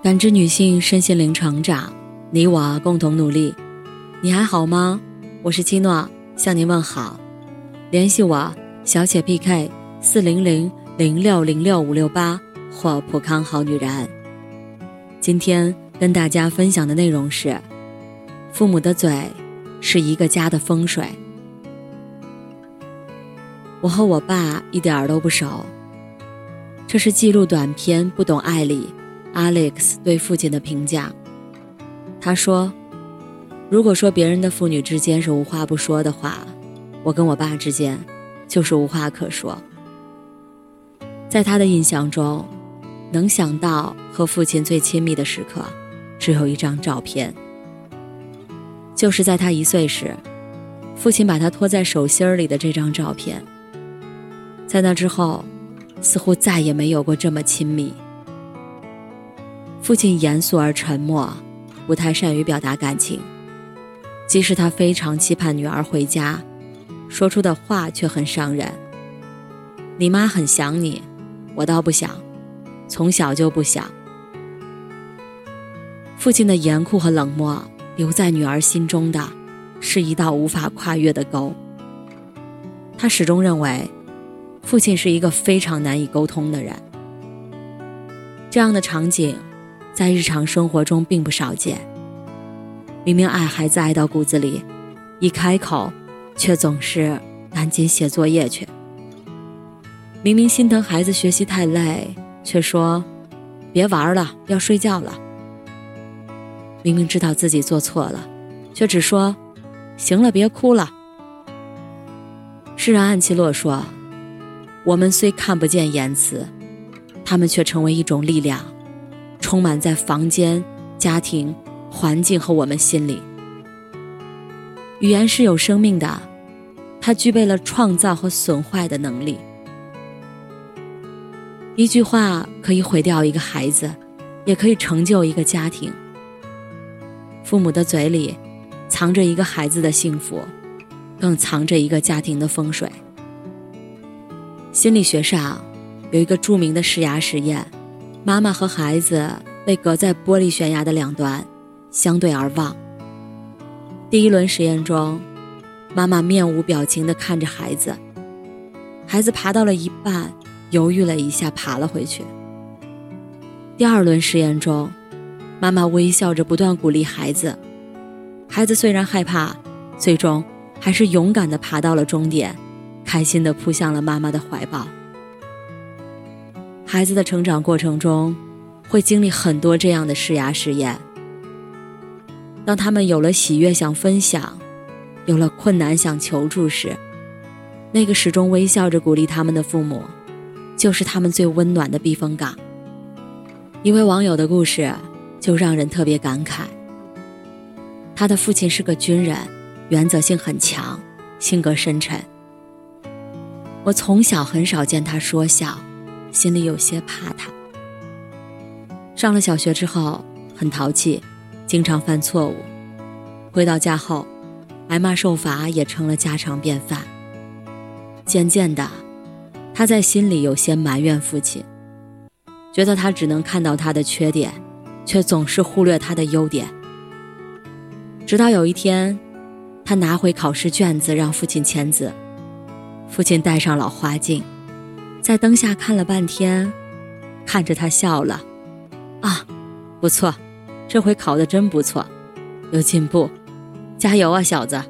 感知女性身心灵成长，你我共同努力。你还好吗？我是七诺，向您问好。联系我小写 PK 40006065668或普康好女人。今天跟大家分享的内容是：父母的嘴是一个家的风水。我和我爸一点儿都不熟，这是记录短片《不懂爱》里 Alex 对父亲的评价。他说，如果说别人的父女之间是无话不说的话，我跟我爸之间就是无话可说。在他的印象中，能想到和父亲最亲密的时刻只有一张照片，就是在他1岁时，父亲把他托在手心里的这张照片。在那之后，似乎再也没有过这么亲密。父亲严肃而沉默，不太善于表达感情，即使他非常期盼女儿回家，说出的话却很伤人。你妈很想你，我倒不想，从小就不想。父亲的严酷和冷漠留在女儿心中的是一道无法跨越的沟。他始终认为父亲是一个非常难以沟通的人。这样的场景在日常生活中并不少见。明明爱孩子爱到骨子里，一开口却总是赶紧写作业去。明明心疼孩子学习太累，却说别玩了，要睡觉了。明明知道自己做错了，却只说行了，别哭了。诗人安琪洛说，我们虽看不见言辞，他们却成为一种力量，充满在房间、家庭、环境和我们心里。语言是有生命的，它具备了创造和损坏的能力。一句话可以毁掉一个孩子，也可以成就一个家庭。父母的嘴里藏着一个孩子的幸福，更藏着一个家庭的风水。心理学上有一个著名的试牙实验，妈妈和孩子被隔在玻璃悬崖的两端，相对而望。第一轮实验中，妈妈面无表情地看着孩子，孩子爬到了一半，犹豫了一下，爬了回去。第二轮实验中，妈妈微笑着不断鼓励孩子，孩子虽然害怕，最终还是勇敢地爬到了终点，开心地扑向了妈妈的怀抱。孩子的成长过程中会经历很多这样的试牙实验。当他们有了喜悦想分享，有了困难想求助时，那个始终微笑着鼓励他们的父母，就是他们最温暖的避风港。一位网友的故事就让人特别感慨。他的父亲是个军人，原则性很强，性格深沉。我从小很少见他说笑，心里有些怕他。上了小学之后很淘气，经常犯错误，回到家后挨骂受罚也成了家常便饭。渐渐的，他在心里有些埋怨父亲，觉得他只能看到他的缺点，却总是忽略他的优点。直到有一天，他拿回考试卷子让父亲签字，父亲戴上老花镜，在灯下看了半天，看着他笑了。啊，不错，这回考得真不错，有进步，加油啊小子。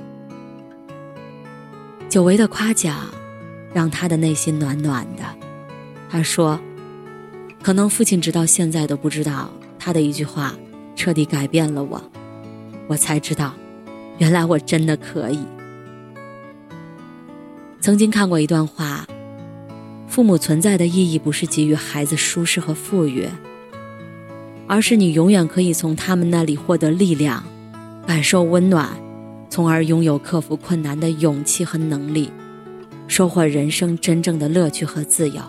久违的夸奖让他的内心暖暖的。他说，可能父亲直到现在都不知道，他的一句话彻底改变了我，我才知道原来我真的可以。曾经看过一段话，父母存在的意义不是给予孩子舒适和富裕，而是你永远可以从他们那里获得力量，感受温暖，从而拥有克服困难的勇气和能力，收获人生真正的乐趣和自由。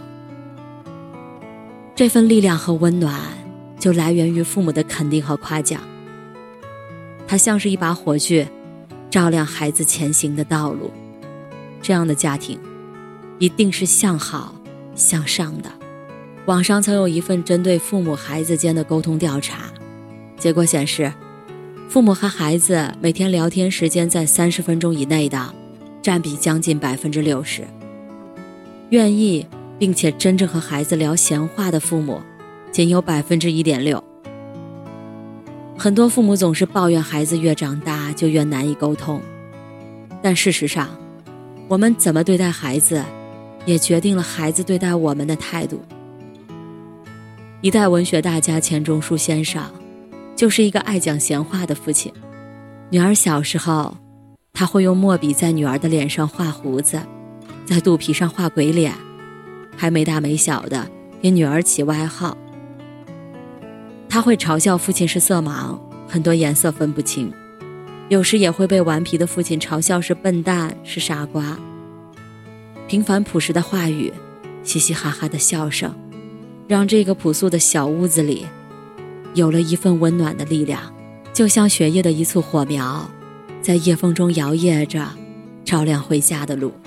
这份力量和温暖就来源于父母的肯定和夸奖，它像是一把火炬，照亮孩子前行的道路。这样的家庭一定是向好向上的。 网上曾有一份针对父母孩子间的沟通调查，结果显示，父母和孩子每天聊天时间在30分钟以内的占比将近60%，愿意并且真正和孩子聊闲话的父母仅有1.6%。很多父母总是抱怨孩子越长大就越难以沟通，但事实上，我们怎么对待孩子，也决定了孩子对待我们的态度。一代文学大家钱钟书先生就是一个爱讲闲话的父亲。女儿小时候，他会用墨笔在女儿的脸上画胡子，在肚皮上画鬼脸，还没大没小的给女儿起外号。他会嘲笑父亲是色盲，很多颜色分不清，有时也会被顽皮的父亲嘲笑是笨蛋，是傻瓜。平凡朴实的话语，嘻嘻哈哈的笑声，让这个朴素的小屋子里有了一份温暖的力量，就像雪夜的一簇火苗，在夜风中摇曳着，照亮回家的路。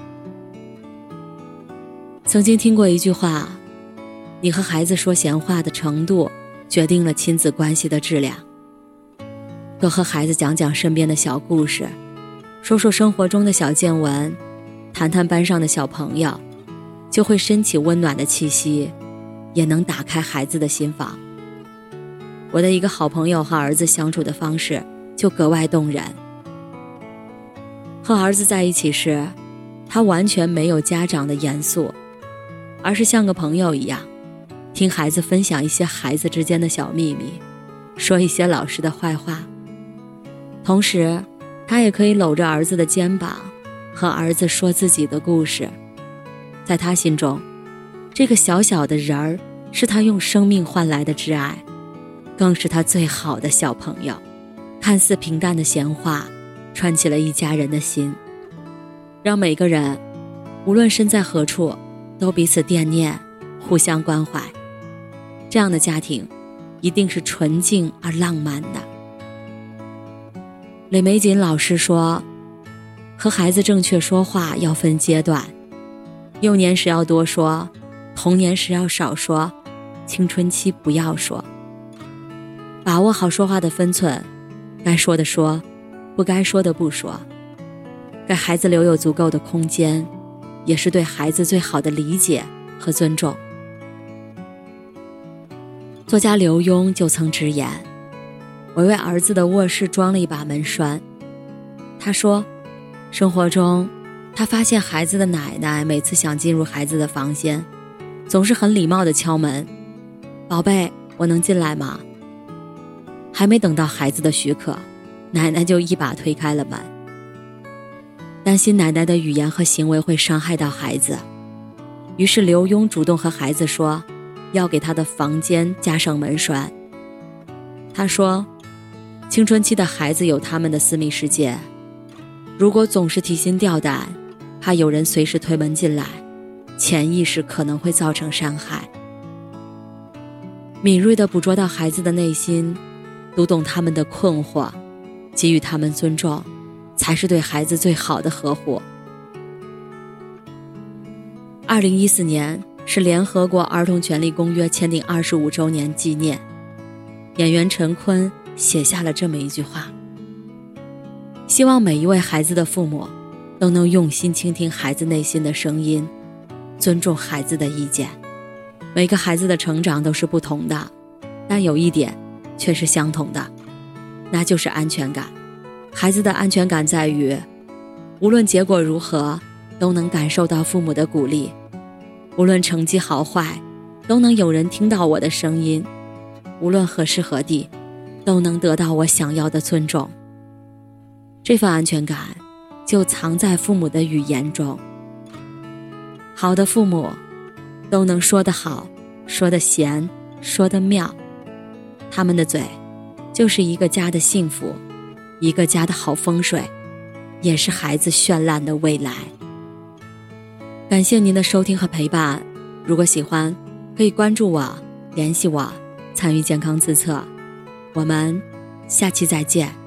曾经听过一句话，你和孩子说闲话的程度决定了亲子关系的质量。多和孩子讲讲身边的小故事，说说生活中的小见闻，谈谈班上的小朋友，就会升起温暖的气息，也能打开孩子的心房。我的一个好朋友和儿子相处的方式就格外动人。和儿子在一起时，他完全没有家长的严肃，而是像个朋友一样，听孩子分享一些孩子之间的小秘密，说一些老师的坏话。同时，他也可以搂着儿子的肩膀，和儿子说自己的故事。在他心中，这个小小的人儿是他用生命换来的挚爱，更是他最好的小朋友。看似平淡的闲话，串起了一家人的心，让每个人无论身在何处，都彼此惦念，互相关怀。这样的家庭一定是纯净而浪漫的。李玫瑾老师说，和孩子正确说话要分阶段，幼年时要多说，童年时要少说，青春期不要说。把握好说话的分寸，该说的说，不该说的不说，给孩子留有足够的空间，也是对孩子最好的理解和尊重。作家刘墉就曾直言，我为儿子的卧室装了一把门栓。他说，生活中他发现孩子的奶奶每次想进入孩子的房间，总是很礼貌地敲门，宝贝，我能进来吗？还没等到孩子的许可，奶奶就一把推开了门。担心奶奶的语言和行为会伤害到孩子，于是刘墉主动和孩子说，要给他的房间加上门栓。他说，青春期的孩子有他们的私密世界，如果总是提心吊胆，怕有人随时推门进来，潜意识可能会造成伤害。敏锐地捕捉到孩子的内心，读懂他们的困惑，给予他们尊重，才是对孩子最好的呵护。2014年是联合国儿童权利公约签订25周年纪念，演员陈坤写下了这么一句话，希望每一位孩子的父母都能用心倾听孩子内心的声音，尊重孩子的意见。每个孩子的成长都是不同的，但有一点却是相同的，那就是安全感。孩子的安全感在于，无论结果如何，都能感受到父母的鼓励，无论成绩好坏，都能有人听到我的声音，无论何时何地，都能得到我想要的尊重。这份安全感就藏在父母的语言中。好的父母都能说得好，说得闲，说得妙，他们的嘴就是一个家的幸福，一个家的好风水，也是孩子绚烂的未来。感谢您的收听和陪伴，如果喜欢可以关注我，联系我，参与健康自测。我们下期再见。